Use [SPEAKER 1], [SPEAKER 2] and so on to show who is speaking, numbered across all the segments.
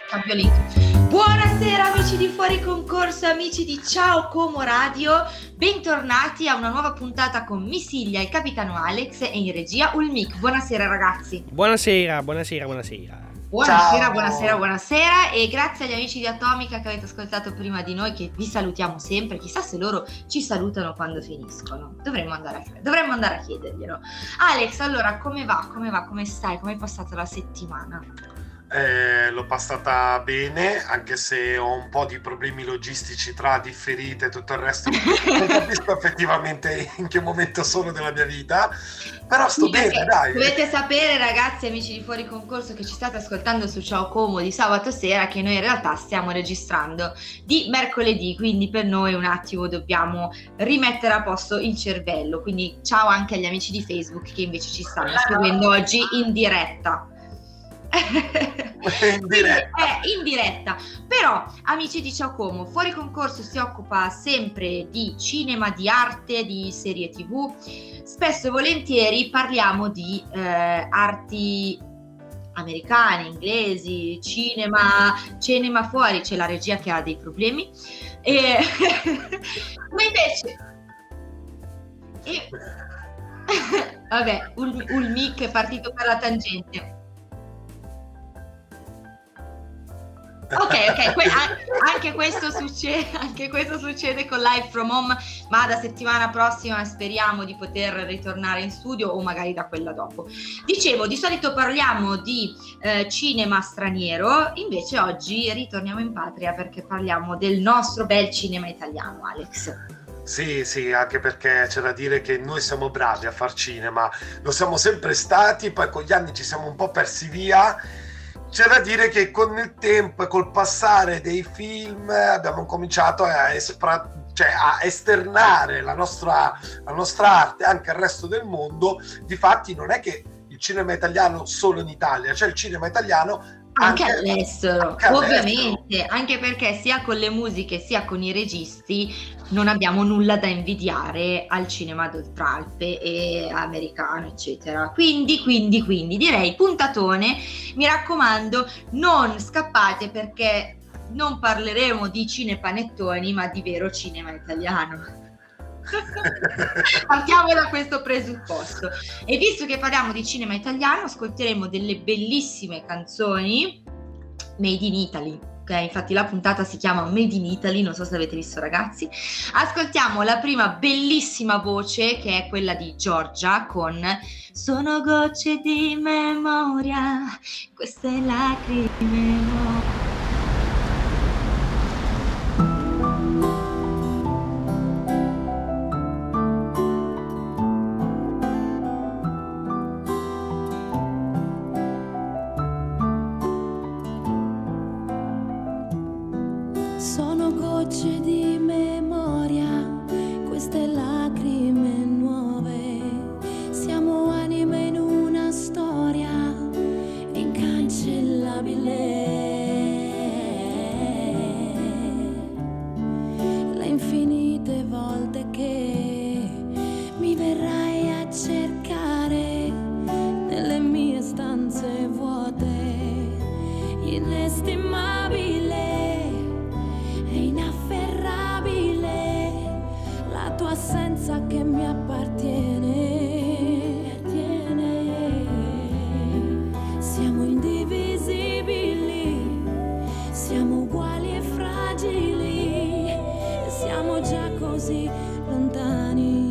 [SPEAKER 1] Cambio link. Buonasera amici di Fuori Concorso, amici di Ciao Como Radio, bentornati a una nuova puntata con Misiglia, il capitano Alex e in regia Ulmic. Buonasera ragazzi.
[SPEAKER 2] Buonasera.
[SPEAKER 1] Buonasera e grazie agli amici di Atomica che avete ascoltato prima di noi, che vi salutiamo sempre. Chissà se loro ci salutano quando finiscono. Dovremmo andare a chiederglielo. Alex, allora come va? Come stai? Come hai passato la settimana?
[SPEAKER 3] L'ho passata bene, anche se ho un po' di problemi logistici tra differite e tutto il resto. Non capisco effettivamente in che momento sono della mia vita, però sto bene, dai.
[SPEAKER 1] Dovete sapere, ragazzi, amici di Fuori Concorso, che ci state ascoltando su Ciao Como di sabato sera, che noi in realtà stiamo registrando di mercoledì, quindi per noi un attimo dobbiamo rimettere a posto il cervello. Quindi ciao anche agli amici di Facebook che invece ci stanno seguendo oggi in diretta.
[SPEAKER 3] In diretta.
[SPEAKER 1] Però amici di Ciao Como, Fuori Concorso si occupa sempre di cinema, di arte, di serie TV. Spesso e volentieri parliamo di arti americane, inglesi, cinema fuori. C'è la regia che ha dei problemi ma invece vabbè, Ulmic è partito per la tangente. Ok, anche questo succede con Live from Home, ma da settimana prossima speriamo di poter ritornare in studio o magari da quella dopo. Dicevo, di solito parliamo di cinema straniero, invece oggi ritorniamo in patria perché parliamo del nostro bel cinema italiano, Alex.
[SPEAKER 3] Sì, anche perché c'è da dire che noi siamo bravi a far cinema, lo siamo sempre stati, poi con gli anni ci siamo un po' persi via. C'è da dire che con il tempo e col passare dei film abbiamo cominciato a esternare la nostra arte anche al resto del mondo. Difatti non è che il cinema italiano solo in Italia, c'è il cinema italiano
[SPEAKER 1] anche all'estero, ovviamente, anche perché sia con le musiche sia con i registi non abbiamo nulla da invidiare al cinema d'oltralpe e americano, eccetera. Quindi direi puntatone, mi raccomando, non scappate perché non parleremo di cinepanettoni, ma di vero cinema italiano. Partiamo da questo presupposto, e visto che parliamo di cinema italiano ascolteremo delle bellissime canzoni made in Italy. Okay, infatti la puntata si chiama Made in Italy, non so se avete visto ragazzi. Ascoltiamo la prima bellissima voce, che è quella di Giorgia, con Sono gocce di memoria, queste lacrime.
[SPEAKER 4] Sono gocce di memoria, queste lacrime nuove, siamo anime in una storia incancellabile. Le infinite volte che mi verrai a cercare nelle mie stanze vuote, inestimabile, inafferrabile, la tua assenza che mi appartiene. Siamo indivisibili, siamo uguali e fragili, siamo già così lontani.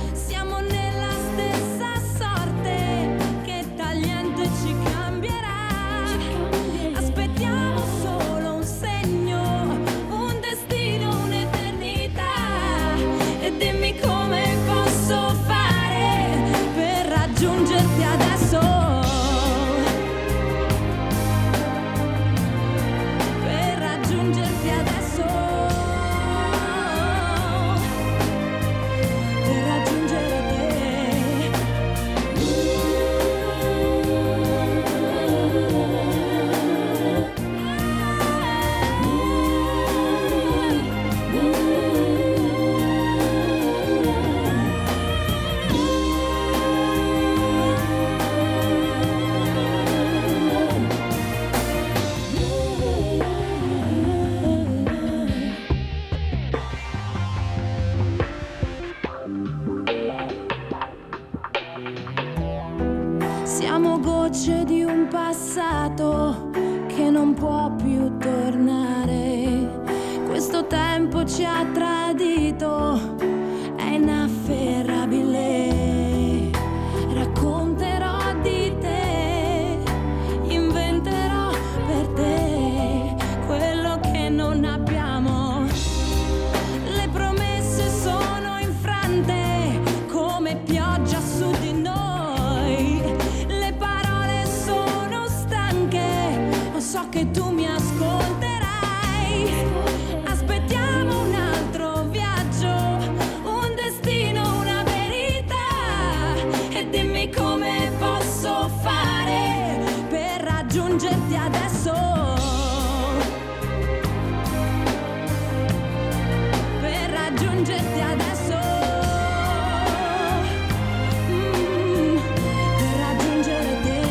[SPEAKER 4] Ci cambierà. voce di un passato che non può più tornare. Questo tempo ci ha tradito, è inafferrabile. Racconterò di te, inventerò per te quello che non abbiamo. Le promesse sono infrante come pioggia su di noi. Le parole sono stanche, ma so che tu mi ascolterai. Aspettiamo un altro viaggio, un destino, una verità. E dimmi come posso fare per raggiungerti adesso. Per raggiungerti adesso. Per raggiungere te.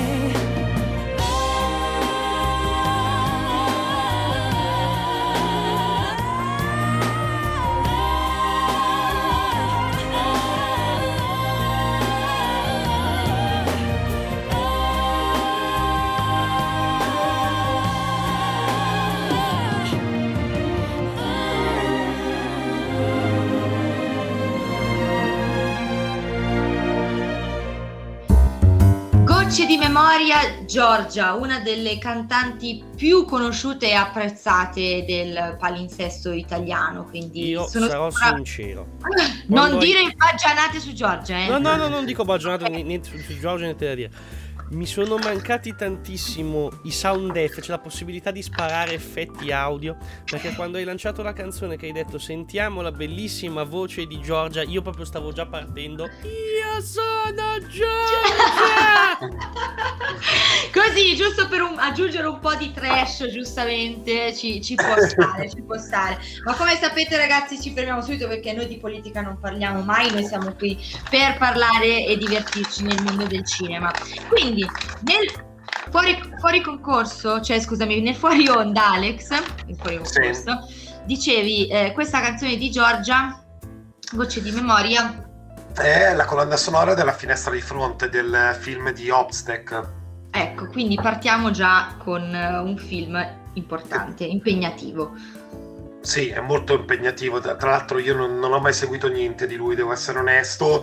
[SPEAKER 1] Gocce di memoria, Giorgia, una delle cantanti più conosciute e apprezzate del palinsesto italiano, quindi
[SPEAKER 2] Io
[SPEAKER 1] sono
[SPEAKER 2] sarò
[SPEAKER 1] sicura-
[SPEAKER 2] sincero.
[SPEAKER 1] Non
[SPEAKER 2] Quando
[SPEAKER 1] dire baggianate su Giorgia,
[SPEAKER 2] No, non dico bagionato, niente su Giorgio, niente da dire. Mi sono mancati tantissimo i sound effect, cioè la possibilità di sparare effetti audio, perché quando hai lanciato la canzone che hai detto sentiamo la bellissima voce di Giorgia, io proprio stavo già partendo. Io sono Giorgia!
[SPEAKER 1] Così, giusto per aggiungere un po' di trash, giustamente, ci può stare, ci può stare. Ma come sapete, ragazzi, ci fermiamo subito perché noi di politica non parliamo mai, noi siamo qui per parlare e divertirci nel mondo del cinema. Quindi, nel fuori concorso, cioè scusami, nel fuori onda, Alex, nel fuori concorso, dicevi questa canzone di Giorgia, Gocce di memoria,
[SPEAKER 3] È la colonna sonora della Finestra di fronte del film di Obstek.
[SPEAKER 1] ecco, quindi partiamo già con un film importante, impegnativo.
[SPEAKER 3] Sì, è molto impegnativo. Tra l'altro io non ho mai seguito niente di lui, devo essere onesto.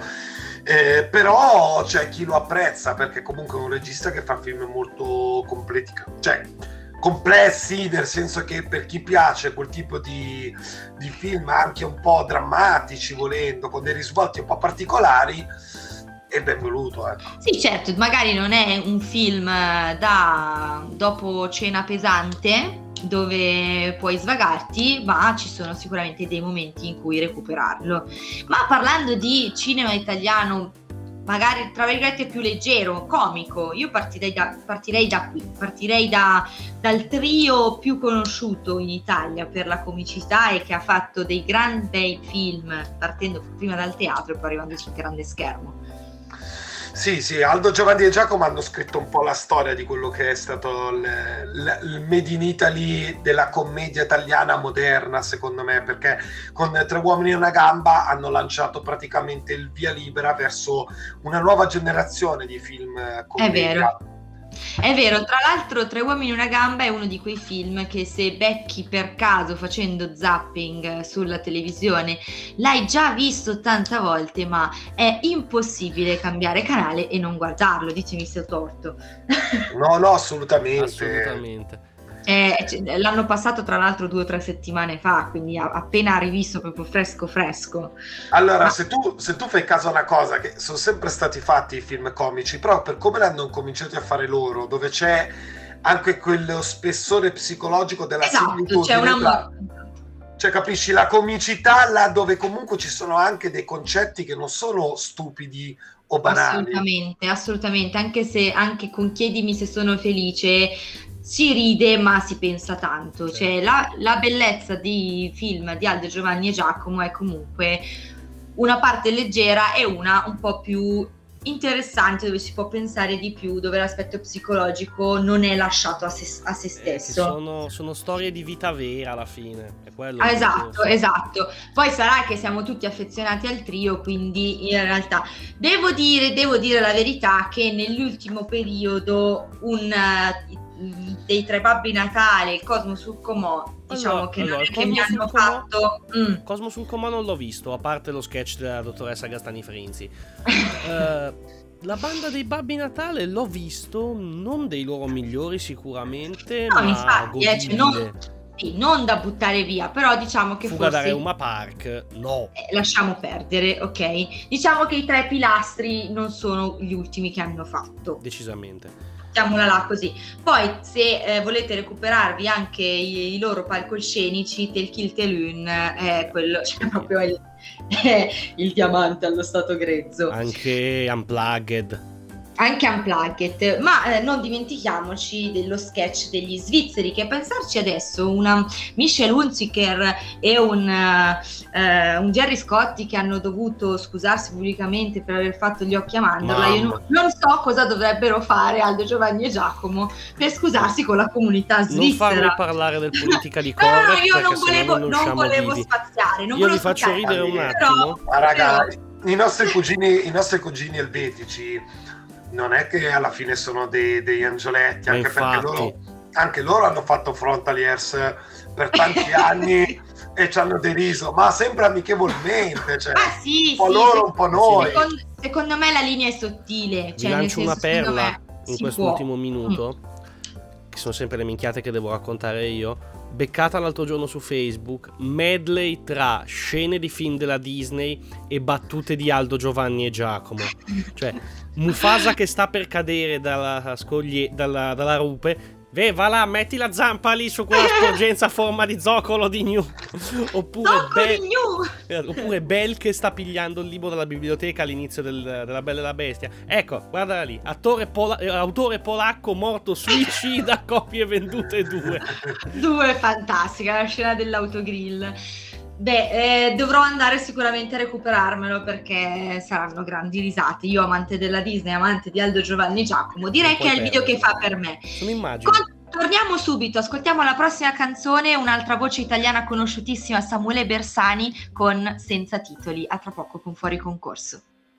[SPEAKER 3] Però c'è chi lo apprezza perché comunque è un regista che fa film molto complessi, nel senso che per chi piace quel tipo di film anche un po' drammatici, volendo, con dei risvolti un po' particolari, è benvenuto.
[SPEAKER 1] Sì, certo, magari non è un film da dopo cena pesante dove puoi svagarti, ma ci sono sicuramente dei momenti in cui recuperarlo. Ma parlando di cinema italiano, magari tra virgolette più leggero, comico, io partirei da qui, partirei dal trio più conosciuto in Italia per la comicità e che ha fatto dei bei film, partendo prima dal teatro e poi arrivando sul grande schermo.
[SPEAKER 3] Sì, Aldo, Giovanni e Giacomo hanno scritto un po' la storia di quello che è stato il Made in Italy della commedia italiana moderna, secondo me, perché con Tre uomini e una gamba hanno lanciato praticamente il via libera verso una nuova generazione di film commedia.
[SPEAKER 1] È vero, tra l'altro Tre uomini e una gamba è uno di quei film che se becchi per caso facendo zapping sulla televisione l'hai già visto tante volte, ma è impossibile cambiare canale e non guardarlo, ditemi se ho torto.
[SPEAKER 3] No, assolutamente.
[SPEAKER 1] L'hanno passato tra l'altro 2 o 3 settimane fa, quindi appena rivisto, proprio fresco.
[SPEAKER 3] Allora, se tu fai caso a una cosa, che sono sempre stati fatti i film comici, però per come l'hanno cominciati a fare loro, dove c'è anche quello spessore psicologico della similitudine, cioè capisci, la comicità là dove comunque ci sono anche dei concetti che non sono stupidi o banali.
[SPEAKER 1] Assolutamente, anche con Chiedimi se sono felice si ride ma si pensa tanto, cioè la bellezza di film di Aldo, Giovanni e Giacomo è comunque una parte leggera e una un po' più interessante, dove si può pensare di più, dove l'aspetto psicologico non è lasciato a se stesso.
[SPEAKER 2] Sono storie di vita vera alla fine, è quello.
[SPEAKER 1] Esatto. Poi sarà che siamo tutti affezionati al trio, quindi in realtà devo dire la verità che nell'ultimo periodo dei tre Babbi Natale, Cosmo sul Comò, diciamo che mi hanno fatto
[SPEAKER 2] Cosmo sul Comò non l'ho visto, a parte lo sketch della dottoressa Gastani Frinzi. La banda dei Babbi Natale l'ho visto, non dei loro migliori sicuramente,
[SPEAKER 1] no,
[SPEAKER 2] ma
[SPEAKER 1] infatti, non da buttare via, però diciamo che
[SPEAKER 2] Fuga da
[SPEAKER 1] forse
[SPEAKER 2] Reuma Park, no.
[SPEAKER 1] Lasciamo perdere, ok? Diciamo che i tre pilastri non sono gli ultimi che hanno fatto.
[SPEAKER 2] Decisamente.
[SPEAKER 1] Mettiamola là così. Poi se volete recuperarvi anche i loro palcoscenici, Tel Kill Telun è quello, cioè proprio il diamante allo stato grezzo.
[SPEAKER 2] Anche Unplugged,
[SPEAKER 1] ma non dimentichiamoci dello sketch degli svizzeri, che a pensarci adesso una Michelle Hunziker e un Gerry Scotti che hanno dovuto scusarsi pubblicamente per aver fatto gli occhi a mandorla. Io non so cosa dovrebbero fare Aldo, Giovanni e Giacomo per scusarsi con la comunità svizzera.
[SPEAKER 2] Non farmi parlare del politica di correct,
[SPEAKER 1] no, io non
[SPEAKER 2] volevo
[SPEAKER 1] spaziare,
[SPEAKER 2] io vi faccio ridere un attimo.
[SPEAKER 3] Ma raga, i nostri cugini elvetici non è che alla fine sono degli angioletti, perché anche loro hanno fatto frontaliers per tanti anni e ci hanno deriso, ma sempre amichevolmente, cioè, un po' loro, un po' noi.
[SPEAKER 1] Secondo me la linea è sottile.
[SPEAKER 2] Vi lancio una perla in quest'ultimo minuto, che sono sempre le minchiate che devo raccontare io. Beccata l'altro giorno su Facebook, medley tra scene di film della Disney e battute di Aldo, Giovanni e Giacomo. Cioè, Mufasa che sta per cadere dalla rupe. Va là, metti la zampa lì su quella sporgenza a forma di zoccolo di Gnu. Oppure Belle che sta pigliando il libro dalla biblioteca all'inizio della Bella e la Bestia. Ecco, guardala lì, autore polacco morto suicida, copie vendute 2.
[SPEAKER 1] Fantastica, la scena dell'autogrill. Dovrò andare sicuramente a recuperarmelo, perché saranno grandi risate. Io, amante della Disney, amante di Aldo, Giovanni e Giacomo, direi che è il video che fa per me.
[SPEAKER 2] Sono immagini.
[SPEAKER 1] Torniamo subito, ascoltiamo la prossima canzone, un'altra voce italiana conosciutissima, Samuele Bersani con Senza titoli. A tra poco con Fuori Concorso.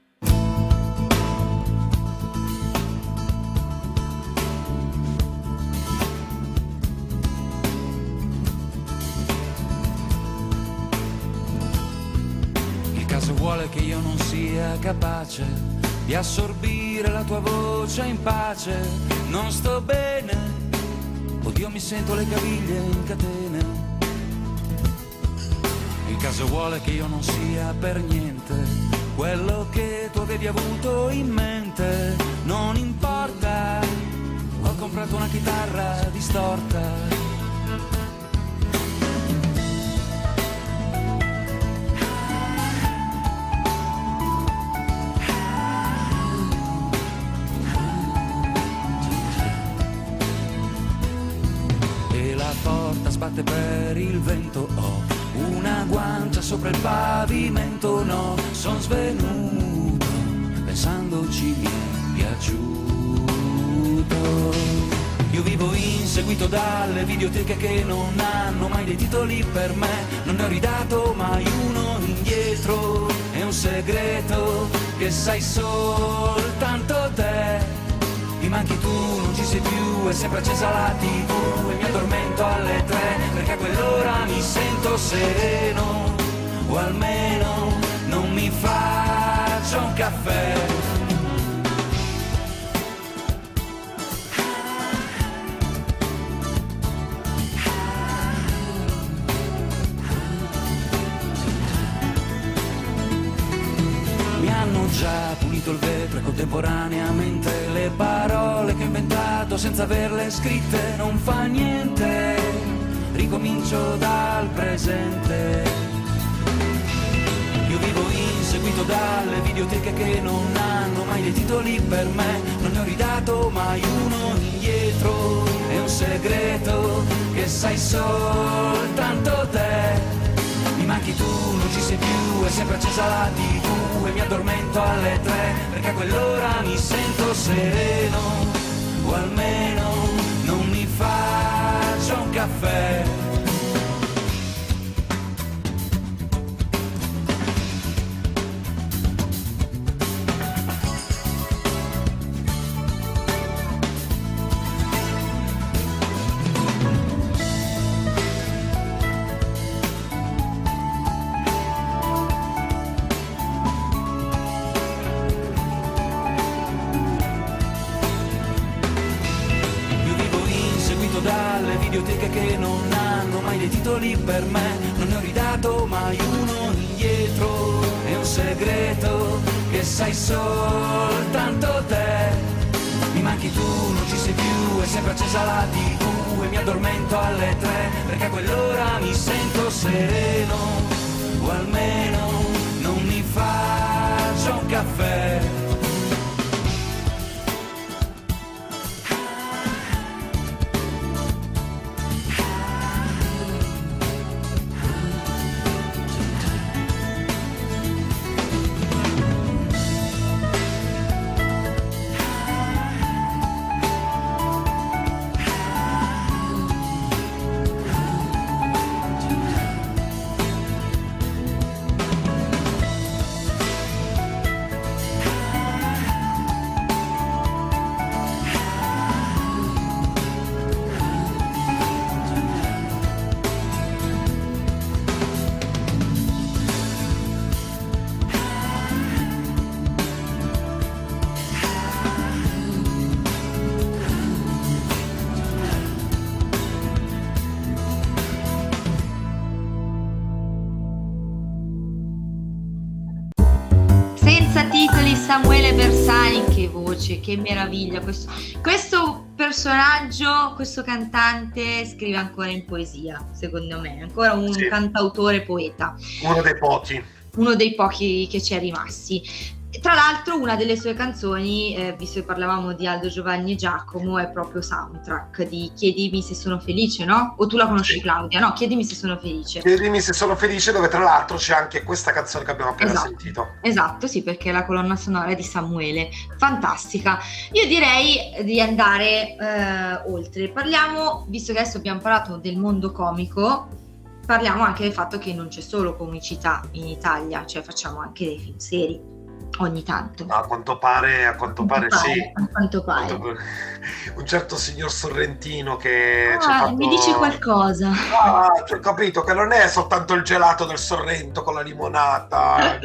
[SPEAKER 5] Caso vuole che io non sia capace di assorbire la tua voce in pace. Non sto bene, oddio mi sento le caviglie in catene. Il caso vuole che io non sia per niente quello che tu avevi avuto in mente. Non importa, ho comprato una chitarra distorta. Sbatte per il vento, ho una guancia sopra il pavimento, no, son svenuto, pensandoci mi è piaciuto. Io vivo inseguito dalle videoteche che non hanno mai dei titoli per me, non ne ho ridato mai uno indietro, è un segreto che sai soltanto te. Mi manchi tu, non ci sei più, è sempre accesa la TV e mi addormento alle 3, perché a quell'ora mi sento sereno, o almeno non mi faccio un caffè. Mi hanno già pulito il vetro e contemporaneamente le parole che ho inventato senza averle scritte. Non fa niente, ricomincio dal presente. Io vivo inseguito dalle videoteche che non hanno mai dei titoli per me, non ne ho ridato mai uno indietro, è un segreto che sai soltanto te. Mi manchi tu, non ci sei più, è sempre accesa la TV e mi addormento alle 3, perché a quell'ora mi sento sereno, o almeno non mi faccio un caffè. Dalle videoteche che non hanno mai dei titoli per me, non ne ho ridato mai uno indietro, è un segreto che sai soltanto te. Mi manchi tu, non ci sei più, è sempre accesa la TV e mi addormento alle 3, perché a quell'ora mi sento sereno, o almeno non mi faccio un caffè.
[SPEAKER 1] Titoli, Samuele Bersani, che voce, che meraviglia, questo personaggio, questo cantante scrive ancora in poesia, secondo me, ancora un cantautore poeta, uno dei pochi che ci è rimasti. Tra l'altro una delle sue canzoni, visto che parlavamo di Aldo, Giovanni e Giacomo, è proprio soundtrack di Chiedimi se sono felice, no? O tu la conosci, Claudia? No, Chiedimi se sono felice.
[SPEAKER 3] Chiedimi se sono felice, dove tra l'altro c'è anche questa canzone che abbiamo appena sentito.
[SPEAKER 1] Esatto, sì, perché è la colonna sonora di Samuele, fantastica. Io direi di andare oltre. Parliamo, visto che adesso abbiamo parlato del mondo comico, parliamo anche del fatto che non c'è solo comicità in Italia, cioè facciamo anche dei film seri. Ogni tanto.
[SPEAKER 3] A quanto pare sì.
[SPEAKER 1] A quanto pare.
[SPEAKER 3] Un certo signor Sorrentino che ci ha fatto...
[SPEAKER 1] Mi dici qualcosa?
[SPEAKER 3] Ho capito che non è soltanto il gelato del Sorrento con la limonata.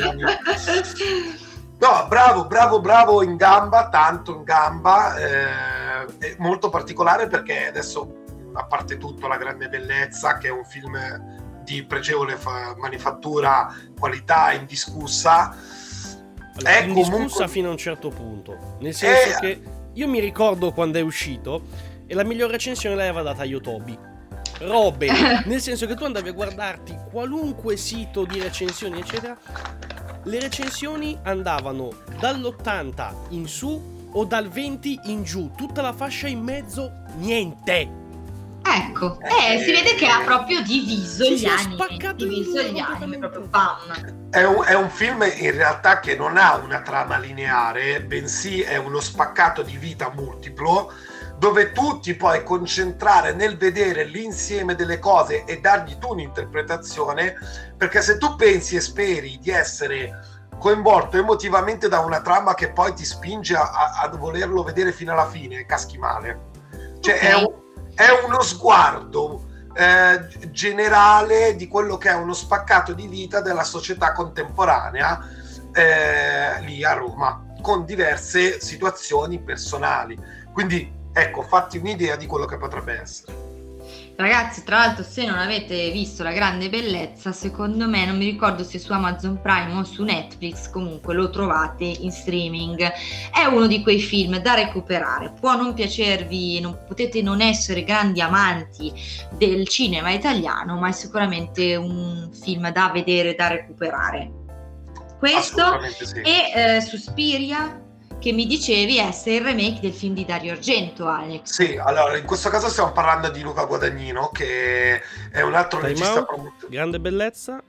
[SPEAKER 3] No, bravo, in gamba, tanto in gamba. È molto particolare perché adesso, a parte tutto, La grande bellezza, che è un film di pregevole manifattura, qualità indiscussa.
[SPEAKER 2] Allora, è indiscussa fino a un certo punto, nel senso che io mi ricordo quando è uscito e la miglior recensione l'aveva data Yotobi. Nel senso che tu andavi a guardarti qualunque sito di recensioni eccetera, le recensioni andavano dall'80 in su o dal 20 in giù, tutta la fascia in mezzo niente.
[SPEAKER 1] Ecco, si vede che ha proprio diviso gli animi, proprio bam.
[SPEAKER 3] È un film in realtà che non ha una trama lineare, bensì è uno spaccato di vita multiplo, dove tu ti puoi concentrare nel vedere l'insieme delle cose e dargli tu un'interpretazione, perché se tu pensi e speri di essere coinvolto emotivamente da una trama che poi ti spinge a volerlo vedere fino alla fine, caschi male. Cioè è uno sguardo generale di quello che è uno spaccato di vita della società contemporanea lì a Roma, con diverse situazioni personali. Quindi ecco, fatti un'idea di quello che potrebbe essere.
[SPEAKER 1] Ragazzi, tra l'altro, se non avete visto La grande bellezza, secondo me, non mi ricordo se su Amazon Prime o su Netflix, comunque lo trovate in streaming. È uno di quei film da recuperare. Può non piacervi, potete non essere grandi amanti del cinema italiano, ma è sicuramente un film da vedere, da recuperare. Questo sì. E Suspiria, che mi dicevi essere il remake del film di Dario Argento, Alex.
[SPEAKER 3] Sì, allora in questo caso stiamo parlando di Luca Guadagnino, che è un altro regista.
[SPEAKER 2] Grande bellezza.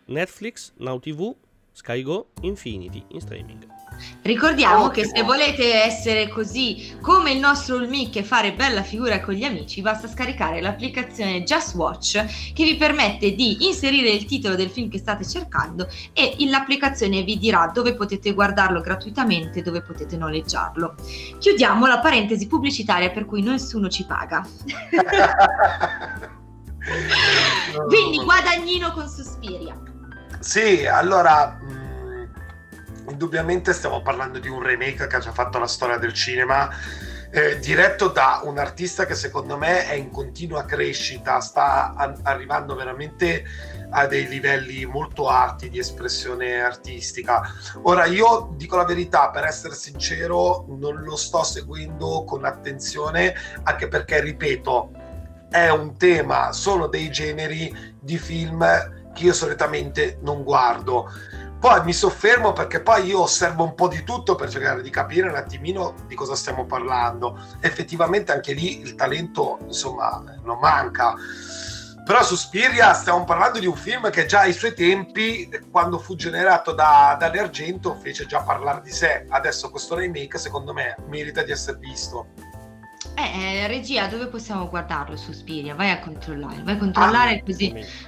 [SPEAKER 2] Netflix, Now TV, Sky Go, Infinity in streaming.
[SPEAKER 1] Ricordiamo che se volete essere così come il nostro Ulmic e fare bella figura con gli amici, basta scaricare l'applicazione Just Watch, che vi permette di inserire il titolo del film che state cercando e l'applicazione vi dirà dove potete guardarlo gratuitamente, dove potete noleggiarlo. Chiudiamo la parentesi pubblicitaria per cui nessuno ci paga. Quindi guadagnino con Suspiria.
[SPEAKER 3] Sì, allora indubbiamente stiamo parlando di un remake che ha già fatto la storia del cinema, diretto da un artista che secondo me è in continua crescita, sta arrivando veramente a dei livelli molto alti di espressione artistica. Ora, io dico la verità, per essere sincero, non lo sto seguendo con attenzione, anche perché, ripeto, è un tema, sono dei generi di film che io solitamente non guardo. Poi mi soffermo perché poi io osservo un po' di tutto per cercare di capire un attimino di cosa stiamo parlando. Effettivamente anche lì il talento, insomma, non manca. Però Suspiria stiamo parlando di un film che già ai suoi tempi, quando fu generato da Dario Argento, fece già parlare di sé. Adesso questo remake, secondo me, merita di essere visto.
[SPEAKER 1] Regia, dove possiamo guardarlo Suspiria? Vai a controllare così.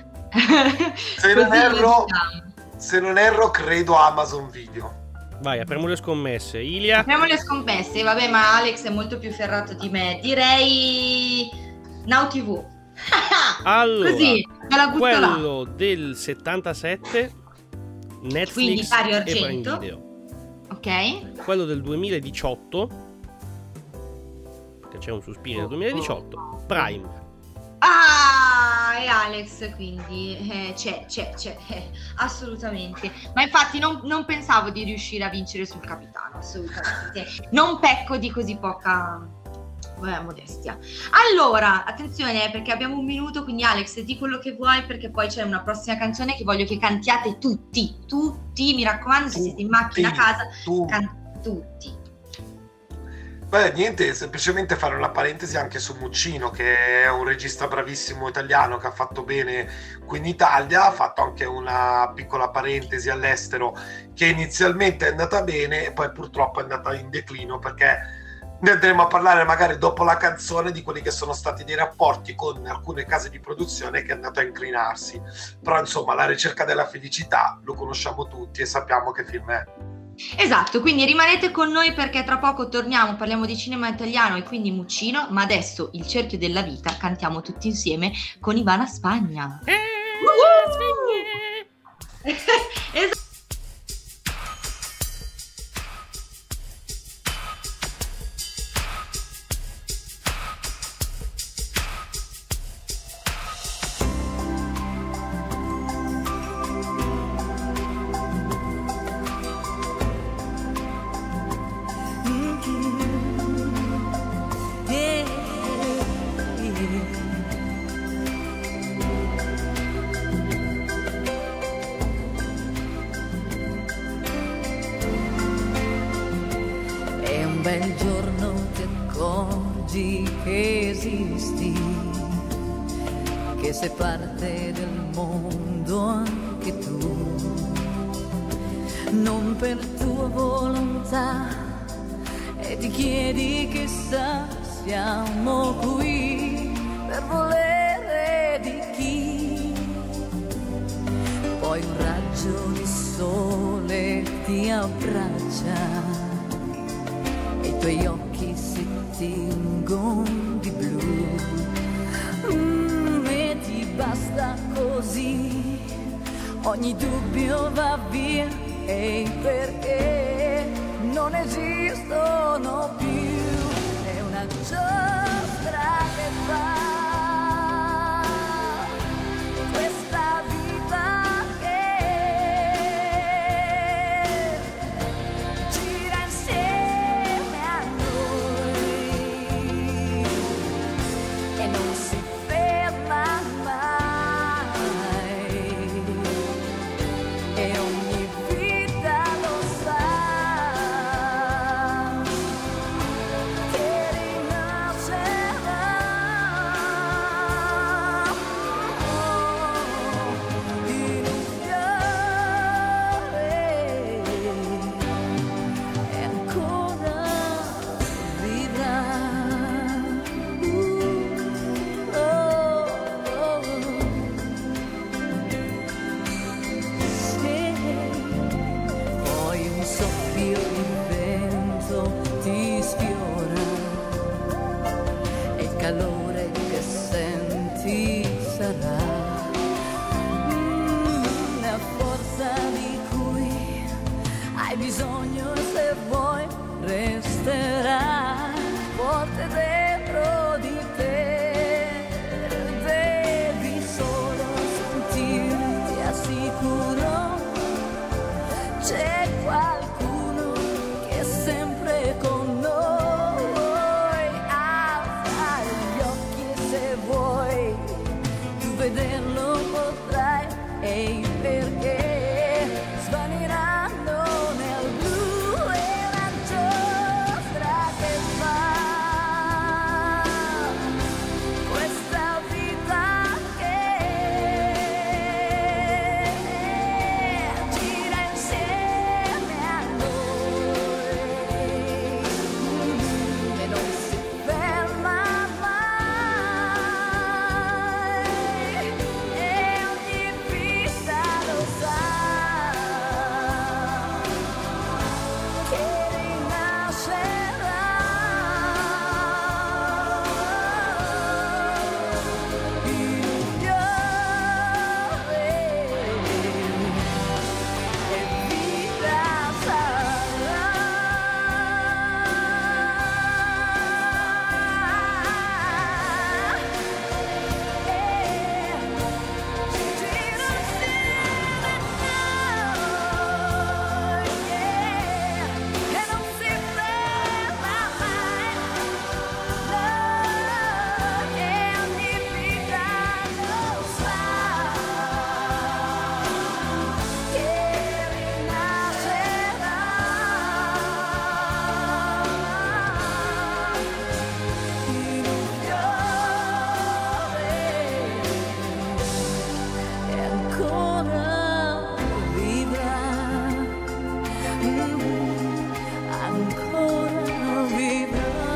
[SPEAKER 3] Se non erro, credo Amazon Video.
[SPEAKER 2] Vai, apriamo le scommesse. Ilia?
[SPEAKER 1] Apriamo le scommesse, vabbè, ma Alex è molto più ferrato di me. Direi Now TV.
[SPEAKER 2] Allora,
[SPEAKER 1] così, me la butto
[SPEAKER 2] quello
[SPEAKER 1] là.
[SPEAKER 2] del 77, Netflix
[SPEAKER 1] Quindi Dario
[SPEAKER 2] e Prime
[SPEAKER 1] Argento.
[SPEAKER 2] Video.
[SPEAKER 1] Ok.
[SPEAKER 2] Quello del 2018, che c'è un Suspiria del 2018, Prime.
[SPEAKER 1] Ah, e Alex, quindi c'è, assolutamente. Ma infatti non pensavo di riuscire a vincere sul capitano, assolutamente. Non pecco di così poca modestia. Allora, attenzione, perché abbiamo un minuto, quindi Alex, di quello che vuoi, perché poi c'è una prossima canzone che voglio che cantiate tutti, mi raccomando, se siete in macchina a casa, tutti.
[SPEAKER 3] Beh, niente, semplicemente fare una parentesi anche su Muccino, che è un regista bravissimo italiano che ha fatto bene qui in Italia, ha fatto anche una piccola parentesi all'estero che inizialmente è andata bene e poi purtroppo è andata in declino, perché ne andremo a parlare magari dopo la canzone di quelli che sono stati dei rapporti con alcune case di produzione che è andato a inclinarsi. Però insomma, La ricerca della felicità lo conosciamo tutti e sappiamo che film è.
[SPEAKER 1] Esatto, quindi rimanete con noi perché tra poco torniamo, parliamo di cinema italiano e quindi Muccino, ma adesso Il cerchio della vita, cantiamo tutti insieme con Ivana Spagna. Esatto.
[SPEAKER 6] bel giorno ti accorgi che esisti, che sei parte del mondo anche tu, non per tua volontà, e ti chiedi chissà siamo qui per volere di chi. Poi un raggio di sole ti abbraccia e i tuoi occhi si tingono di blu, e ti basta così, ogni dubbio va via e il perché non esistono più, è una giostra che fa questa vita che gira insieme a noi e non si ferma mai, e ogni vita lo sa che rinascerà forza di cui hai bisogno, se vuoi resterà forte dentro di te. Devi solo sentirti al sicuro, c'è qualcuno che è sempre con noi. Alza gli occhi se vuoi, tu vederlo potrai, e perché svaniranno nel blu e la giostra che fa questa vita che gira insieme a noi e non si ferma mai, e ogni vita lo sa che rinascerà il migliore e vita sarà. Gira insieme a noi, e non si ferma mai, e ogni vita lo sa che rinascerà il migliore, e ancora vivrà, ancora vivrà.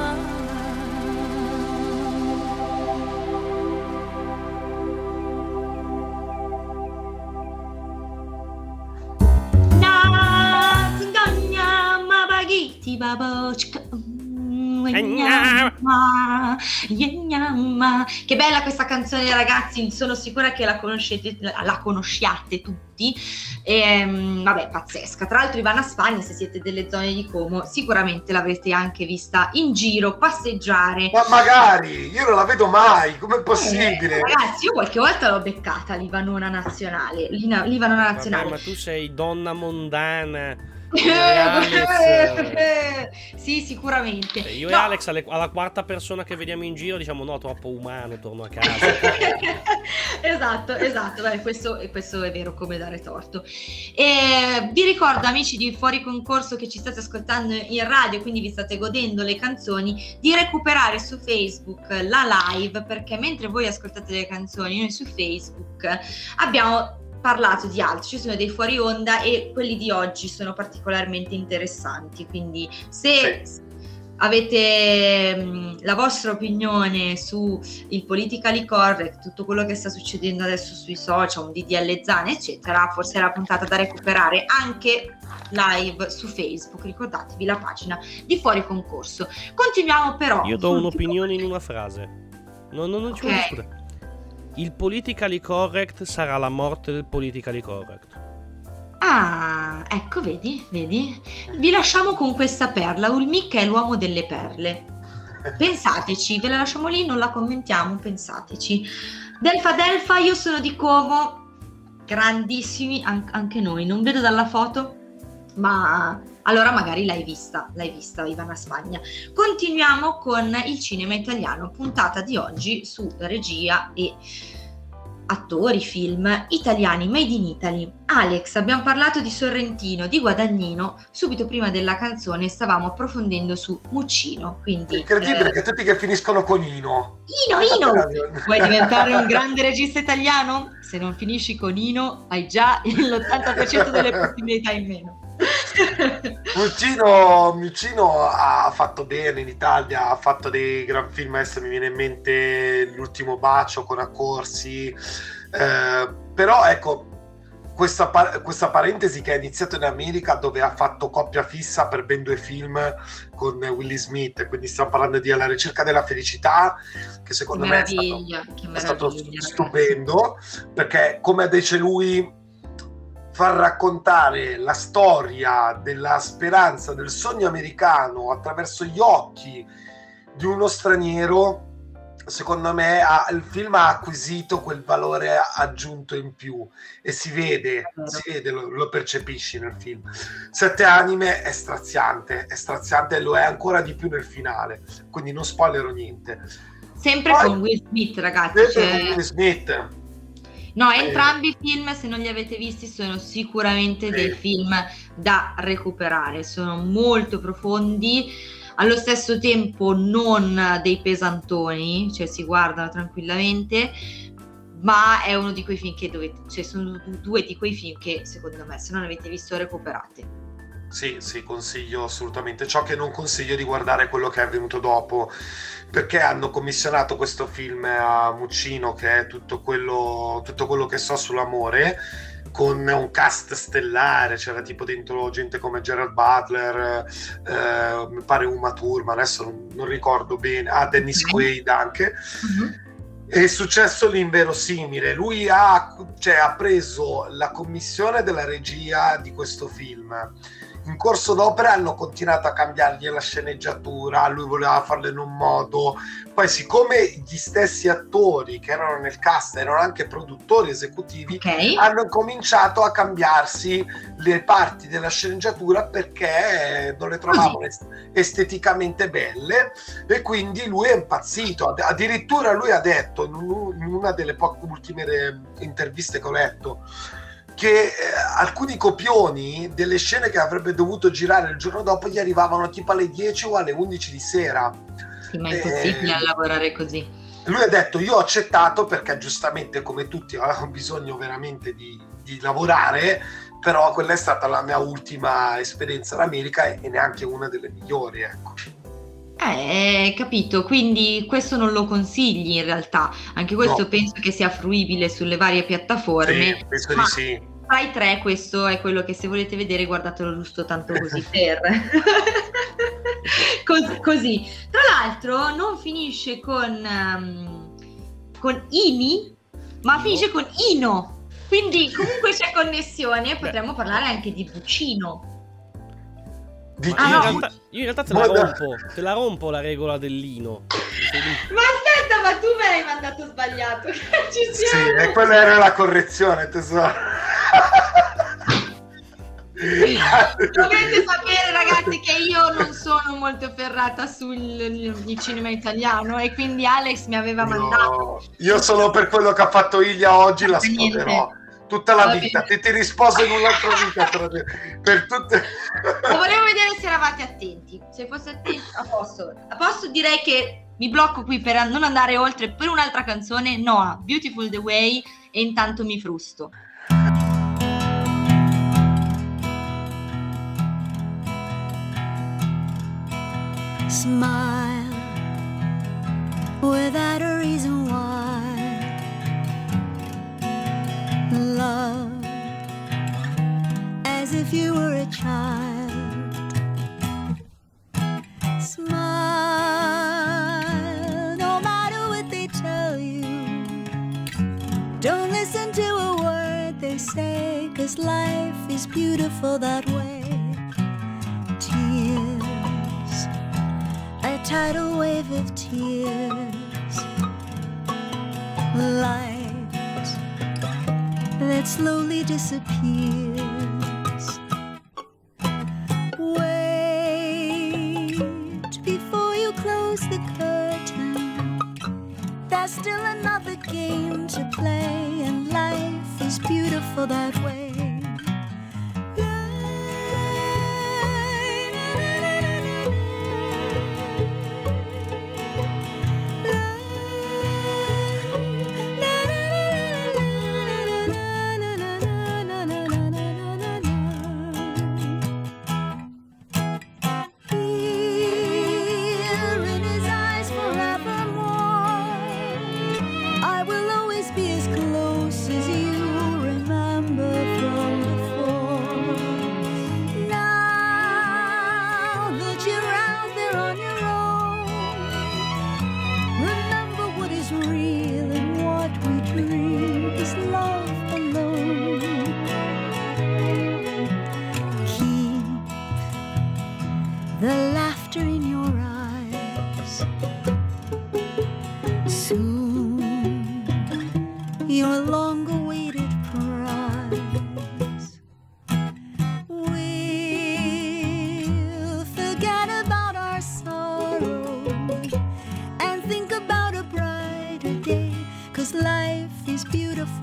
[SPEAKER 1] Na zingagna ma baghiti babochka. Che bella questa canzone, ragazzi, sono sicura che la conosciate tutti. Vabbè, pazzesca. Tra l'altro Ivana Spagna, se siete delle zone di Como, sicuramente l'avrete anche vista in giro, passeggiare.
[SPEAKER 3] Ma magari, io non la vedo mai, com'è possibile?
[SPEAKER 1] Ragazzi, io qualche volta l'ho beccata l'Ivanona nazionale. L'Ivanona
[SPEAKER 2] Vabbè,
[SPEAKER 1] nazionale.
[SPEAKER 2] ma tu sei donna mondana.
[SPEAKER 1] Sì, sicuramente.
[SPEAKER 2] Io e
[SPEAKER 1] No.
[SPEAKER 2] Alex alla quarta persona che vediamo in giro diciamo no, troppo umano, torno a casa.
[SPEAKER 1] esatto. Beh, questo è vero, come dare torto. E vi ricordo, amici di Fuori Concorso, che ci state ascoltando in radio, quindi vi state godendo le canzoni, di recuperare su Facebook la live, perché mentre voi ascoltate le canzoni, noi su Facebook abbiamo parlato di altro, ci sono dei fuori onda e quelli di oggi sono particolarmente interessanti, quindi se avete la vostra opinione su il politically correct, tutto quello che sta succedendo adesso sui social, un DDL Zan eccetera, forse è la puntata da recuperare anche live su Facebook, ricordatevi la pagina di Fuori Concorso. Continuiamo però.
[SPEAKER 2] Io do un'opinione in una frase. Non ci vuole
[SPEAKER 1] Ok.
[SPEAKER 2] discutere. Il politically correct sarà la morte del politically correct.
[SPEAKER 1] Ah, ecco, vedi? Vi lasciamo con questa perla. Ulmic è l'uomo delle perle. Pensateci, ve la lasciamo lì, non la commentiamo, pensateci. Delfa, io sono di Como, grandissimi anche noi, non vedo dalla foto, ma allora magari l'hai vista Ivana Spagna. Continuiamo con il cinema italiano, puntata di oggi su regia e attori, film italiani, made in Italy. Alex, abbiamo parlato di Sorrentino, di Guadagnino, subito prima della canzone stavamo approfondendo su Muccino, quindi
[SPEAKER 3] Incredibile che tutti che finiscono con Ino.
[SPEAKER 1] Ino, vuoi diventare un grande regista italiano? Se non finisci con Ino hai già l'80% delle possibilità in meno.
[SPEAKER 3] Muccino ha fatto bene in Italia, ha fatto dei gran film. Adesso mi viene in mente L'ultimo bacio con Accorsi, però ecco, questa parentesi che ha iniziato in America, dove ha fatto coppia fissa per ben 2 film con Will Smith, quindi stiamo parlando di Alla ricerca della felicità, che secondo me è stato stupendo, perché come dice lui far raccontare la storia della speranza, del sogno americano attraverso gli occhi di uno straniero, secondo me il film ha acquisito quel valore aggiunto in più e si vede, lo percepisci nel film. Sette Anime è straziante e lo è ancora di più nel finale, quindi non spoilerò niente.
[SPEAKER 1] Sempre con Will Smith, ragazzi.
[SPEAKER 3] Con Will Smith.
[SPEAKER 1] No, entrambi i film, se non li avete visti, sono sicuramente dei film da recuperare, sono molto profondi, allo stesso tempo non dei pesantoni, cioè si guardano tranquillamente, ma è uno di quei film che sono due di quei film che secondo me, se non avete visto, recuperate.
[SPEAKER 3] Sì, consiglio assolutamente. Ciò che non consiglio è di guardare quello che è avvenuto dopo, perché hanno commissionato questo film a Muccino, che è tutto quello che so sull'amore, con un cast stellare, c'era tipo dentro gente come Gerard Butler, mi pare Uma Thurman, adesso non ricordo bene, Dennis Quaid anche. È successo l'inverosimile, lui ha preso la commissione della regia di questo film. In corso d'opera hanno continuato a cambiargli la sceneggiatura, lui voleva farlo in un modo, poi siccome gli stessi attori che erano nel cast erano anche produttori esecutivi, hanno cominciato a cambiarsi le parti della sceneggiatura perché non le trovavano esteticamente belle, e quindi lui è impazzito. Addirittura lui ha detto in una delle poche ultime interviste che ho letto che alcuni copioni delle scene che avrebbe dovuto girare il giorno dopo gli arrivavano tipo alle 10 o alle 11 di sera.
[SPEAKER 1] Sì, ma è impossibile lavorare così.
[SPEAKER 3] Lui ha detto: io ho accettato perché giustamente come tutti avevo bisogno veramente di lavorare, però quella è stata la mia ultima esperienza in America e neanche una delle migliori, ecco.
[SPEAKER 1] Capito, quindi questo non lo consigli in realtà, anche questo penso che sia fruibile sulle varie piattaforme.
[SPEAKER 3] Sì, penso di sì.
[SPEAKER 1] Tra i tre questo è quello che, se volete vedere, guardatelo giusto tanto così per così. Tra l'altro non finisce con Ini, ma finisce con Ino, quindi comunque c'è connessione. Potremmo parlare anche di Buccino.
[SPEAKER 2] Io in realtà te la rompo la regola dell'Ino.
[SPEAKER 1] Ma aspetta, ma tu me l'hai mandato sbagliato. Ci siamo.
[SPEAKER 3] Sì, e quella era la correzione, tesoro.
[SPEAKER 1] Dovete sapere, ragazzi, che io non sono molto ferrata sul cinema italiano, e quindi Alex mi aveva mandato.
[SPEAKER 3] Io solo per quello che ha fatto Ilia oggi la sposerò tutta la vita. Ti risposo in un'altra vita per tutte.
[SPEAKER 1] Ma volevo vedere se eravate attenti. Se fosse attenti, a posto, direi che mi blocco qui per non andare oltre per un'altra canzone. Noah, Beautiful the Way, e intanto mi frusto.
[SPEAKER 4] Smile without a reason why. Love as if you were a child. Smile no matter what they tell you. Don't listen to a word they say, 'cause life is beautiful that way. Tears, a tidal wave of tears, light that slowly disappears. Wait before you close the curtain. There's still another game to play, and life is beautiful that way.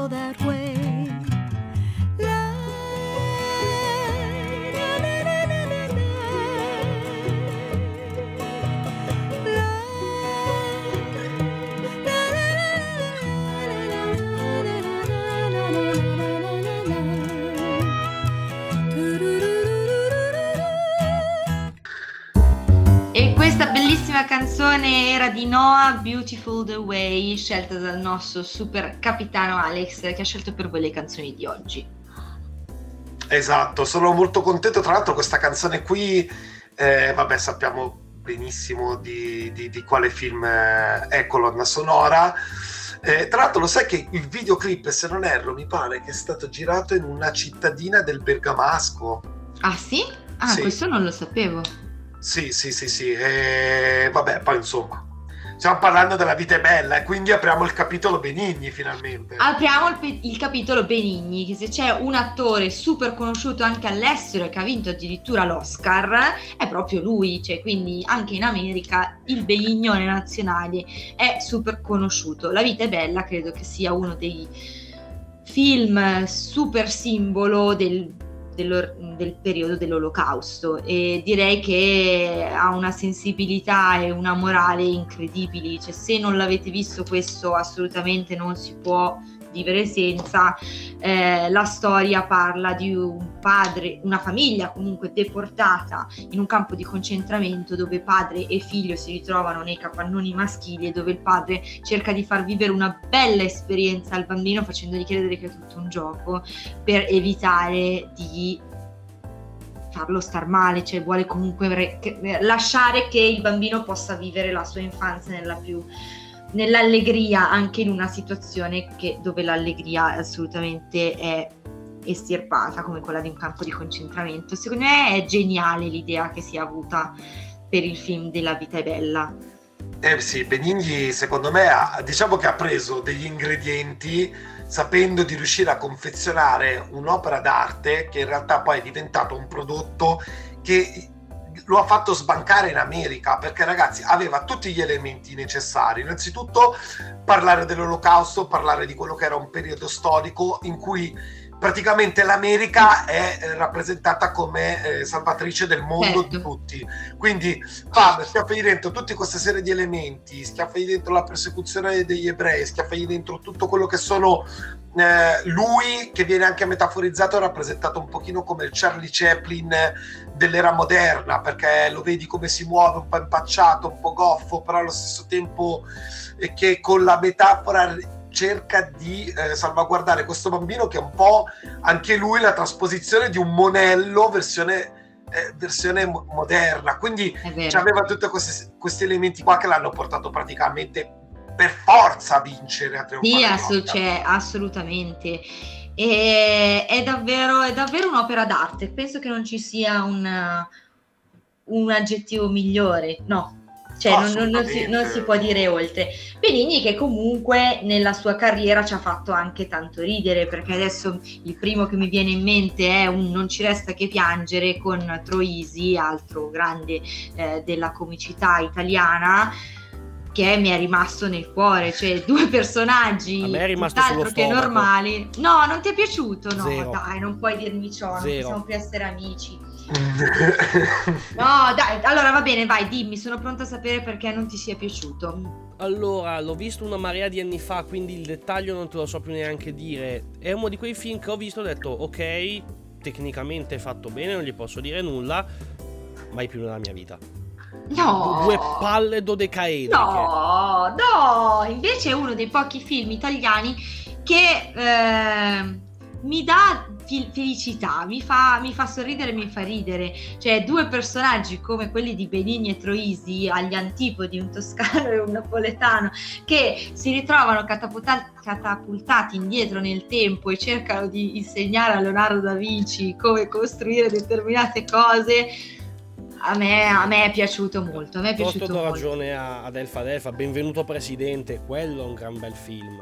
[SPEAKER 4] beautiful that way. La, la, la, la, la, la, la.
[SPEAKER 1] E questa bellissima canzone era di Noah, Beautiful the Way, scelta dal nostro super capitano Alex, che ha scelto per voi le canzoni di oggi.
[SPEAKER 3] Esatto, sono molto contento. Tra l'altro questa canzone qui, vabbè, sappiamo benissimo di quale film è colonna sonora. Tra l'altro lo sai che il videoclip, se non erro, mi pare che è stato girato in una cittadina del Bergamasco.
[SPEAKER 1] Ah sì? Ah,
[SPEAKER 3] Sì.
[SPEAKER 1] questo non lo sapevo.
[SPEAKER 3] Sì. Vabbè, poi insomma, stiamo parlando della vita è bella e quindi apriamo il capitolo Benigni finalmente.
[SPEAKER 1] Apriamo il capitolo Benigni, che se c'è un attore super conosciuto anche all'estero e che ha vinto addirittura l'Oscar, è proprio lui, cioè quindi anche in America il Benignone nazionale è super conosciuto. La vita è bella credo che sia uno dei film super simbolo del periodo dell'Olocausto, e direi che ha una sensibilità e una morale incredibili, cioè se non l'avete visto questo assolutamente non si può vivere senza. La storia parla di un padre, una famiglia comunque deportata in un campo di concentramento dove padre e figlio si ritrovano nei capannoni maschili e dove il padre cerca di far vivere una bella esperienza al bambino facendogli credere che è tutto un gioco per evitare di farlo star male, cioè vuole comunque lasciare che il bambino possa vivere la sua infanzia nell'allegria, anche in una situazione dove l'allegria assolutamente è estirpata come quella di un campo di concentramento. Secondo me è geniale l'idea che si è avuta per il film della vita è bella.
[SPEAKER 3] Sì, Benigni secondo me diciamo che ha preso degli ingredienti sapendo di riuscire a confezionare un'opera d'arte che in realtà poi è diventato un prodotto che lo ha fatto sbancare in America, perché ragazzi aveva tutti gli elementi necessari. Innanzitutto parlare dell'Olocausto, parlare di quello che era un periodo storico in cui praticamente l'America è rappresentata come salvatrice del mondo,
[SPEAKER 1] certo,
[SPEAKER 3] di tutti. Quindi schiaffagli dentro tutte queste serie di elementi, schiaffagli dentro la persecuzione degli ebrei, schiaffagli dentro tutto quello che sono lui, che viene anche metaforizzato e rappresentato un pochino come il Charlie Chaplin dell'era moderna, perché lo vedi come si muove, un po' impacciato, un po' goffo, però allo stesso tempo che con la metafora cerca di salvaguardare questo bambino che è un po' anche lui la trasposizione di un monello versione moderna. Quindi aveva tutti questi elementi qua che l'hanno portato praticamente per forza a vincere, a trionfare.
[SPEAKER 1] Sì, assolutamente. È davvero un'opera d'arte. Penso che non ci sia un aggettivo migliore, no. Cioè non si può dire oltre. Benigni che comunque nella sua carriera ci ha fatto anche tanto ridere, perché adesso il primo che mi viene in mente è un Non ci resta che piangere con Troisi, altro grande della comicità italiana, che mi è rimasto nel cuore, cioè due personaggi
[SPEAKER 2] a me è rimasto
[SPEAKER 1] tutt'altro che
[SPEAKER 2] stomaco.
[SPEAKER 1] normali. No, non ti è piaciuto? No,
[SPEAKER 2] Zero.
[SPEAKER 1] dai, non puoi dirmi ciò, non
[SPEAKER 2] Zero.
[SPEAKER 1] possiamo più essere amici. No, dai, allora va bene, vai, dimmi, sono pronta a sapere perché non ti sia piaciuto.
[SPEAKER 2] Allora, l'ho visto una marea di anni fa, quindi il dettaglio non te lo so più neanche dire. È uno di quei film che ho visto e ho detto, ok, tecnicamente è fatto bene, non gli posso dire nulla, mai più nella mia vita.
[SPEAKER 1] No,
[SPEAKER 2] Due palle dodecaedriche.
[SPEAKER 1] no, invece è uno dei pochi film italiani che mi dà felicità, mi fa sorridere, mi fa ridere. Cioè due personaggi come quelli di Benigni e Troisi, agli antipodi, un toscano e un napoletano, che si ritrovano catapultati indietro nel tempo e cercano di insegnare a Leonardo da Vinci come costruire determinate cose. A me è piaciuto molto. A me è piaciuto
[SPEAKER 2] do
[SPEAKER 1] molto.
[SPEAKER 2] ragione ad Elfa, Benvenuto Presidente, quello è un gran bel film.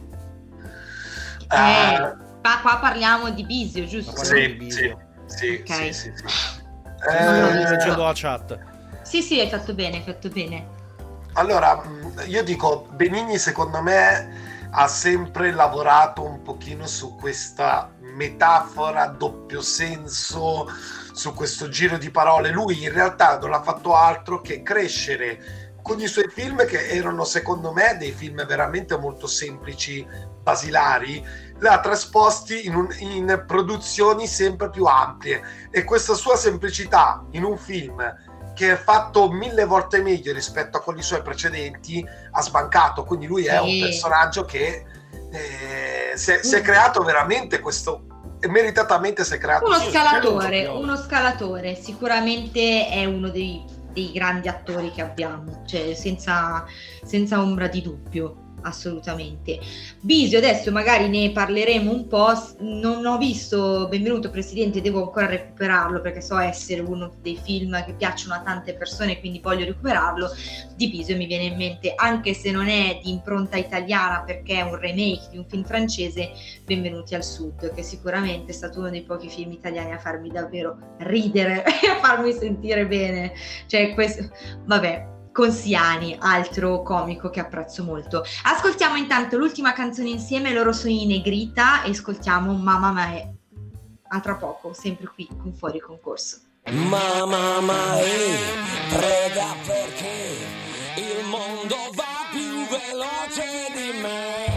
[SPEAKER 1] Qua parliamo di Bisio, giusto?
[SPEAKER 3] Sì.
[SPEAKER 1] Ok.
[SPEAKER 3] Sì.
[SPEAKER 2] Leggendo la chat.
[SPEAKER 1] Sì, hai fatto bene.
[SPEAKER 3] Allora, io dico, Benigni secondo me ha sempre lavorato un pochino su questa metafora, doppio senso, su questo giro di parole. Lui in realtà non ha fatto altro che crescere con i suoi film, che erano secondo me dei film veramente molto semplici, basilari, l'ha trasposti in produzioni sempre più ampie, e questa sua semplicità in un film che è fatto 1000 volte meglio rispetto a quelli suoi precedenti ha sbancato. Quindi lui è un personaggio che si è creato veramente questo, e meritatamente si è creato
[SPEAKER 1] uno scalatore, sicuramente è uno dei grandi attori che abbiamo, cioè senza ombra di dubbio, assolutamente. Bisio, adesso magari ne parleremo un po'. Non ho visto Benvenuto Presidente, devo ancora recuperarlo perché so essere uno dei film che piacciono a tante persone, quindi voglio recuperarlo. Di Bisio mi viene in mente, anche se non è di impronta italiana perché è un remake di un film francese, Benvenuti al Sud, che sicuramente è stato uno dei pochi film italiani a farmi davvero ridere e a farmi sentire bene, cioè questo, vabbè. Consiani, altro comico che apprezzo molto. Ascoltiamo intanto l'ultima canzone insieme, loro sono i Negrita, e ascoltiamo Mamma Mae. A tra poco, sempre qui con Fuori Concorso.
[SPEAKER 7] Mamma Mae, prega perché il mondo va più veloce di me.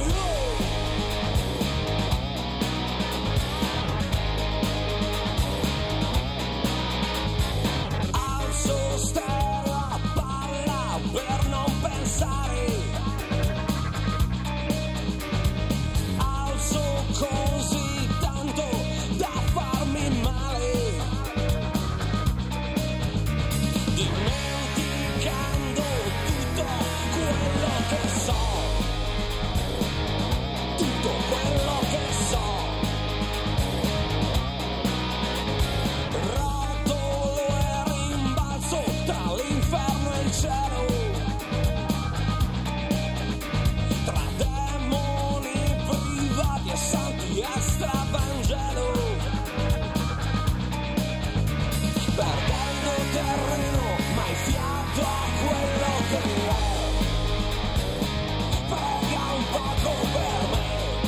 [SPEAKER 7] Alzo stella, parla per non pensare. Alzo così tanto da farmi male, dimenticando tutto quello che so, tutto quello che so. Rotolo e rimbalzo tra l'inferno e il cielo, tra demoni privati e santi extravangelo, perdendo terreno ma il fiato a quello che è. Prega un poco per me,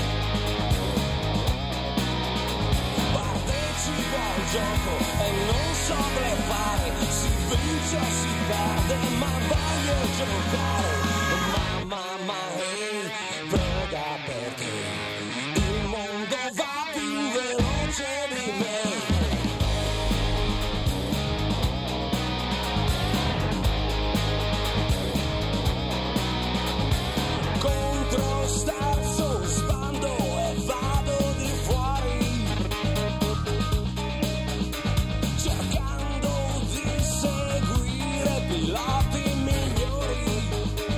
[SPEAKER 7] partecipo al gioco e non so bleffare, si vince o si perde ma voglio giocare. Mamma Mae, prega perché il mondo va più veloce di me. Contro sterzo, sbando e vado di fuori, cercando di seguire piloti migliori.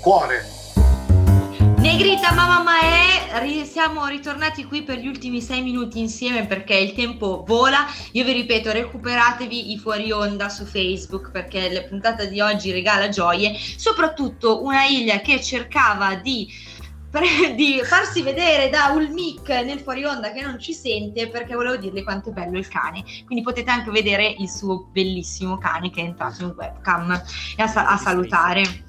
[SPEAKER 3] cuore.
[SPEAKER 1] Negrita mamma siamo ritornati qui per gli ultimi 6 minuti insieme perché il tempo vola. Io vi ripeto, recuperatevi i fuori onda su Facebook perché la puntata di oggi regala gioie, soprattutto una Ilia che cercava di farsi vedere da un mic nel fuori onda che non ci sente perché volevo dirle quanto è bello il cane, quindi potete anche vedere il suo bellissimo cane che è entrato in webcam e a salutare.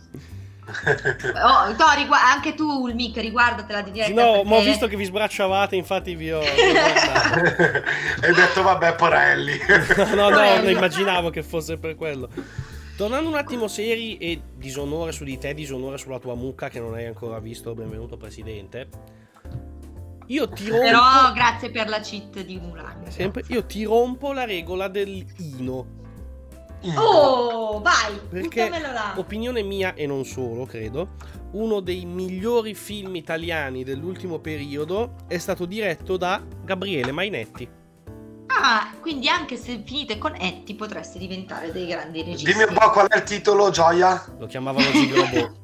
[SPEAKER 1] Anche tu il mic riguardatela di diretta
[SPEAKER 2] no,
[SPEAKER 1] perché...
[SPEAKER 2] ma ho visto che vi sbracciavate, infatti vi ho
[SPEAKER 3] hai detto vabbè Porelli.
[SPEAKER 2] no, non immaginavo che fosse per quello. Tornando un attimo seri e disonore su di te, disonore sulla tua mucca che non hai ancora visto, benvenuto presidente. Io ti rompo...
[SPEAKER 1] Però grazie per la cheat di Mulan.
[SPEAKER 2] Sempre, io ti rompo la regola del Ino.
[SPEAKER 1] Oh, vai,
[SPEAKER 2] perché
[SPEAKER 1] buttamelo là.
[SPEAKER 2] Opinione mia e non solo, credo, uno dei migliori film italiani dell'ultimo periodo è stato diretto da Gabriele Mainetti.
[SPEAKER 1] Ah, quindi anche se finite con Etti potreste diventare dei grandi registi.
[SPEAKER 3] Dimmi un po' qual è il titolo, Gioia?
[SPEAKER 2] Lo chiamavano Gigrobot.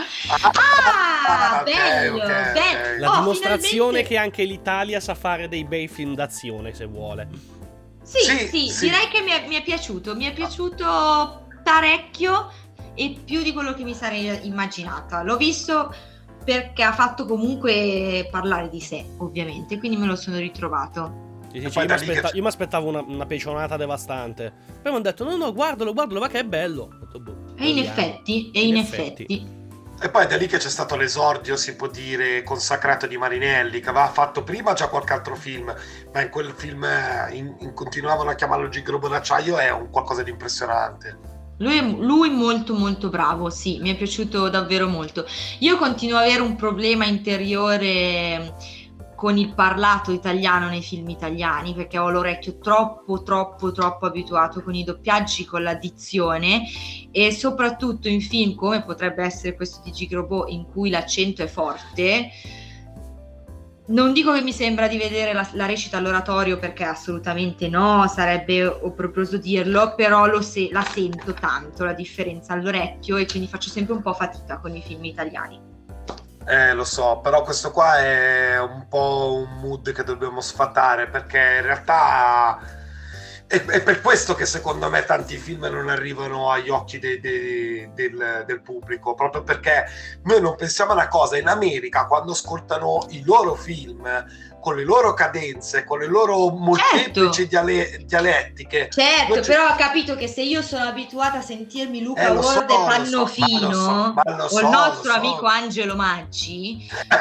[SPEAKER 1] Bello,
[SPEAKER 3] ok.
[SPEAKER 1] bello.
[SPEAKER 2] La dimostrazione
[SPEAKER 1] finalmente...
[SPEAKER 2] che anche l'Italia sa fare dei bei film d'azione, se vuole.
[SPEAKER 1] Sì, direi che mi è piaciuto parecchio e più di quello che mi sarei immaginata. L'ho visto perché ha fatto comunque parlare di sé, ovviamente, quindi me lo sono ritrovato.
[SPEAKER 2] Sì, io mi aspettavo una pecionata devastante. Poi mi hanno detto no, guardalo, va che è bello. Ho detto, boh,
[SPEAKER 1] E in effetti.
[SPEAKER 3] E poi da lì che c'è stato l'esordio, si può dire, consacrato di Marinelli, che aveva fatto prima già qualche altro film, ma in quel film continuavano a chiamarlo Gigrobot d'acciaio, è un qualcosa di impressionante.
[SPEAKER 1] Lui molto molto bravo, sì, mi è piaciuto davvero molto. Io continuo ad avere un problema interiore con il parlato italiano nei film italiani perché ho l'orecchio troppo abituato con i doppiaggi, con la dizione e soprattutto in film come potrebbe essere questo di Gigrobot in cui l'accento è forte. Non dico che mi sembra di vedere la recita all'oratorio perché assolutamente no, sarebbe obbrobrioso dirlo, però la sento tanto la differenza all'orecchio e quindi faccio sempre un po' fatica con i film italiani.
[SPEAKER 3] Lo so, però questo qua è un po' un mood che dobbiamo sfatare perché in realtà è per questo che secondo me tanti film non arrivano agli occhi del pubblico, proprio perché noi non pensiamo a una cosa. In America quando ascoltano i loro film con le loro cadenze, con le loro molteplici dialettiche.
[SPEAKER 1] Certo, però ho capito che se io sono abituata a sentirmi Luca Ward e Pannofino o il nostro amico Angelo Maggi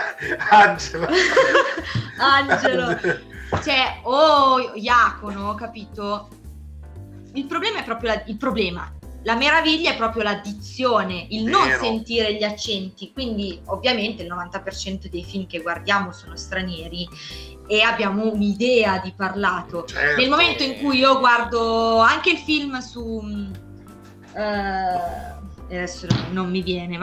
[SPEAKER 1] Angelo cioè Iacono, ho capito. Il problema è proprio la meraviglia è proprio la dizione, il non sentire gli accenti, quindi ovviamente il 90% dei film che guardiamo sono stranieri e abbiamo un'idea di parlato.
[SPEAKER 3] Certo.
[SPEAKER 1] Nel momento in cui io guardo anche il film su adesso non mi viene,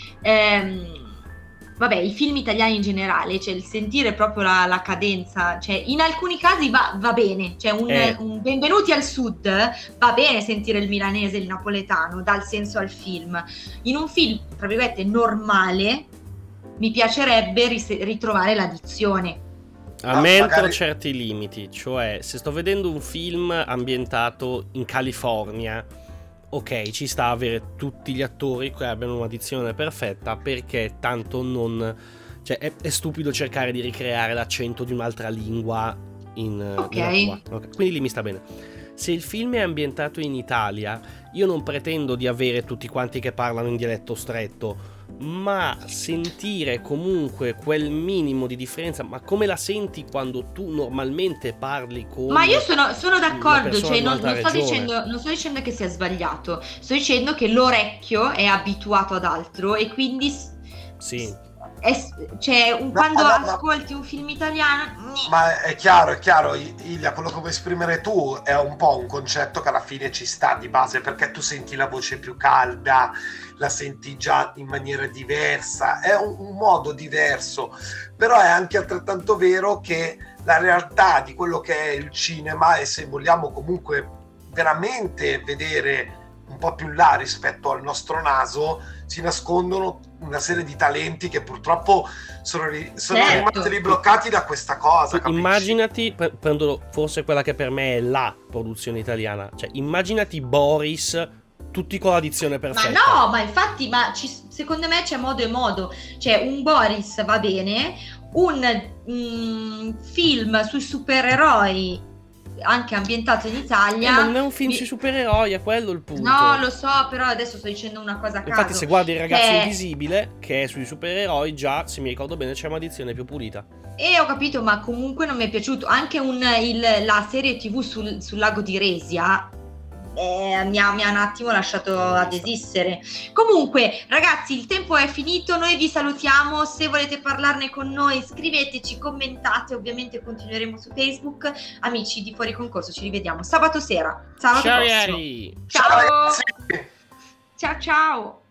[SPEAKER 1] vabbè, i film italiani in generale, cioè il sentire proprio la cadenza, cioè in alcuni casi va bene, cioè un Benvenuti al Sud va bene sentire il milanese, il napoletano, dà il senso al film. In un film, tra virgolette, normale, mi piacerebbe ritrovare la dizione.
[SPEAKER 2] Aumento certi limiti, cioè se sto vedendo un film ambientato in California, ok, ci sta a avere tutti gli attori che abbiano una dizione perfetta perché tanto non... Cioè è stupido cercare di ricreare l'accento di un'altra lingua nella tua. Okay. Quindi lì mi sta bene. Se il film è ambientato in Italia, io non pretendo di avere tutti quanti che parlano in dialetto stretto, ma sentire comunque quel minimo di differenza. Ma come la senti quando tu normalmente parli con...
[SPEAKER 1] Ma io sono d'accordo, cioè non sto dicendo che sia sbagliato, sto dicendo che l'orecchio è abituato ad altro e quindi
[SPEAKER 2] sì.
[SPEAKER 1] Quando ascolti un film italiano...
[SPEAKER 3] Ma è chiaro, Ilia, quello che vuoi esprimere tu è un po' un concetto che alla fine ci sta di base, perché tu senti la voce più calda, la senti già in maniera diversa, è un modo diverso, però è anche altrettanto vero che la realtà di quello che è il cinema, e se vogliamo comunque veramente vedere un po' più in là rispetto al nostro naso si nascondono una serie di talenti che purtroppo sono rimasti lì bloccati da questa cosa, capisci?
[SPEAKER 2] Immaginati, prendo forse quella che per me è la produzione italiana, cioè immaginati Boris tutti con la dizione perfetta.
[SPEAKER 1] Ma no, ma infatti, secondo me c'è modo e modo. Cioè, un Boris va bene, un film sui supereroi anche ambientato in Italia.
[SPEAKER 2] Ma non è un film sui supereroi, è quello il punto.
[SPEAKER 1] No, lo so, però adesso sto dicendo una cosa a caso.
[SPEAKER 2] Infatti, se guardi Il ragazzo invisibile, che è sui supereroi, già, se mi ricordo bene, c'è una dizione più pulita.
[SPEAKER 1] Ho capito, ma comunque non mi è piaciuto. Anche la serie TV sul lago di Resia mi ha un attimo lasciato a desistere. Comunque, ragazzi, il tempo è finito, noi vi salutiamo. Se volete parlarne con noi, scriveteci, commentate. Ovviamente continueremo su Facebook. Amici di Fuori Concorso, ci rivediamo sabato sera. Sabato
[SPEAKER 2] Ciao
[SPEAKER 1] prossimo.
[SPEAKER 2] Iari.
[SPEAKER 1] Ciao.
[SPEAKER 3] Ciao ragazzi.
[SPEAKER 1] Ciao ciao.